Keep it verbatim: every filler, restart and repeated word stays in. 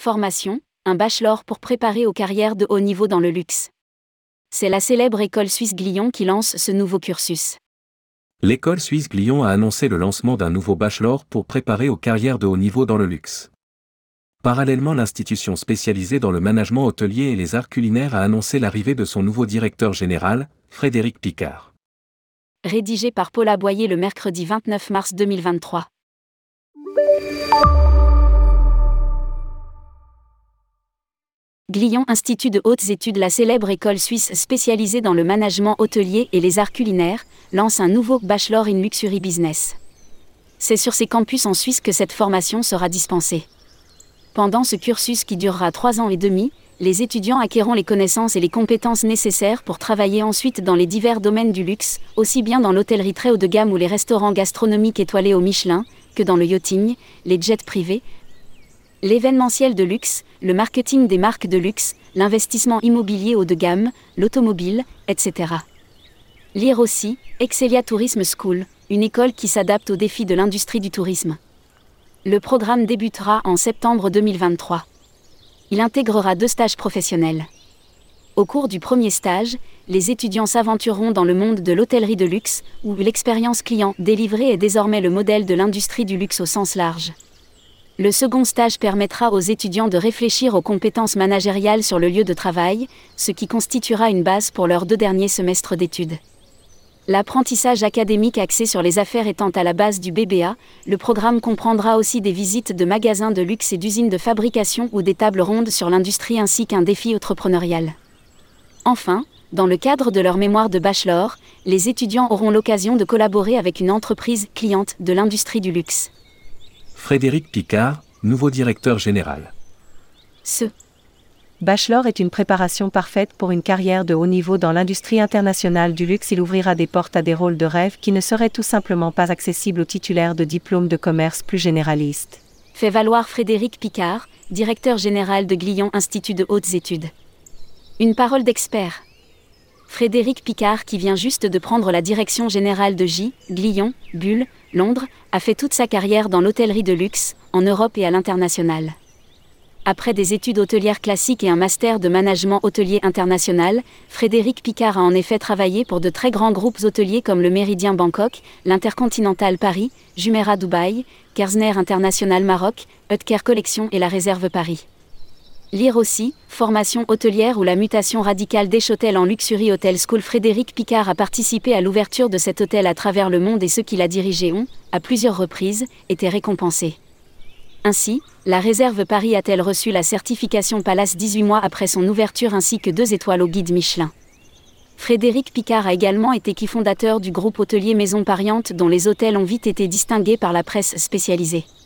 Formation, un bachelor pour préparer aux carrières de haut niveau dans le luxe. C'est la célèbre école suisse Glion qui lance ce nouveau cursus. L'école suisse Glion a annoncé le lancement d'un nouveau bachelor pour préparer aux carrières de haut niveau dans le luxe. Parallèlement, l'institution spécialisée dans le management hôtelier et les arts culinaires a annoncé l'arrivée de son nouveau directeur général, Frédéric Picard. Rédigé par Paula Boyer le mercredi vingt-neuf mars deux mille vingt-trois. Glion Institut de hautes études. La célèbre école suisse spécialisée dans le management hôtelier et les arts culinaires lance un nouveau Bachelor in Luxury Business. C'est sur ses campus en Suisse que cette formation sera dispensée. Pendant ce cursus qui durera trois ans et demi, les étudiants acquerront les connaissances et les compétences nécessaires pour travailler ensuite dans les divers domaines du luxe, aussi bien dans l'hôtellerie très haut de gamme ou les restaurants gastronomiques étoilés au Michelin, que dans le yachting, les jets privés, l'événementiel de luxe, le marketing des marques de luxe, l'investissement immobilier haut de gamme, l'automobile, et cetera. Lire aussi, Excelia Tourism School, une école qui s'adapte aux défis de l'industrie du tourisme. Le programme débutera en septembre deux mille vingt-trois. Il intégrera deux stages professionnels. Au cours du premier stage, les étudiants s'aventureront dans le monde de l'hôtellerie de luxe, où l'expérience client délivrée est désormais le modèle de l'industrie du luxe au sens large. Le second stage permettra aux étudiants de réfléchir aux compétences managériales sur le lieu de travail, ce qui constituera une base pour leurs deux derniers semestres d'études. L'apprentissage académique axé sur les affaires étant à la base du B B A, le programme comprendra aussi des visites de magasins de luxe et d'usines de fabrication ou des tables rondes sur l'industrie ainsi qu'un défi entrepreneurial. Enfin, dans le cadre de leur mémoire de bachelor, les étudiants auront l'occasion de collaborer avec une entreprise cliente de l'industrie du luxe. Frédéric Picard, nouveau directeur général. Ce Bachelor est une préparation parfaite pour une carrière de haut niveau dans l'industrie internationale du luxe. Il ouvrira des portes à des rôles de rêve qui ne seraient tout simplement pas accessibles aux titulaires de diplômes de commerce plus généralistes. Fait valoir Frédéric Picard, directeur général de Glion Institut de hautes études. Une parole d'expert. Frédéric Picard, qui vient juste de prendre la direction générale de J, Glion, Bulle, Londres, a fait toute sa carrière dans l'hôtellerie de luxe, en Europe et à l'international. Après des études hôtelières classiques et un master de management hôtelier international, Frédéric Picard a en effet travaillé pour de très grands groupes hôteliers comme le Méridien Bangkok, l'Intercontinental Paris, Jumeirah Dubaï, Kerzner International Maroc, Hutker Collection et la Réserve Paris. Lire aussi, formation hôtelière ou la mutation radicale d'Echotel en Luxury Hotel School. Frédéric Picard a participé à l'ouverture de cet hôtel à travers le monde et ceux qui l'a dirigé ont, à plusieurs reprises, été récompensés. Ainsi, la Réserve Paris a-t-elle reçu la certification Palace dix-huit mois après son ouverture ainsi que deux étoiles au guide Michelin. Frédéric Picard a également été cofondateur du groupe hôtelier Maison Pariante dont les hôtels ont vite été distingués par la presse spécialisée.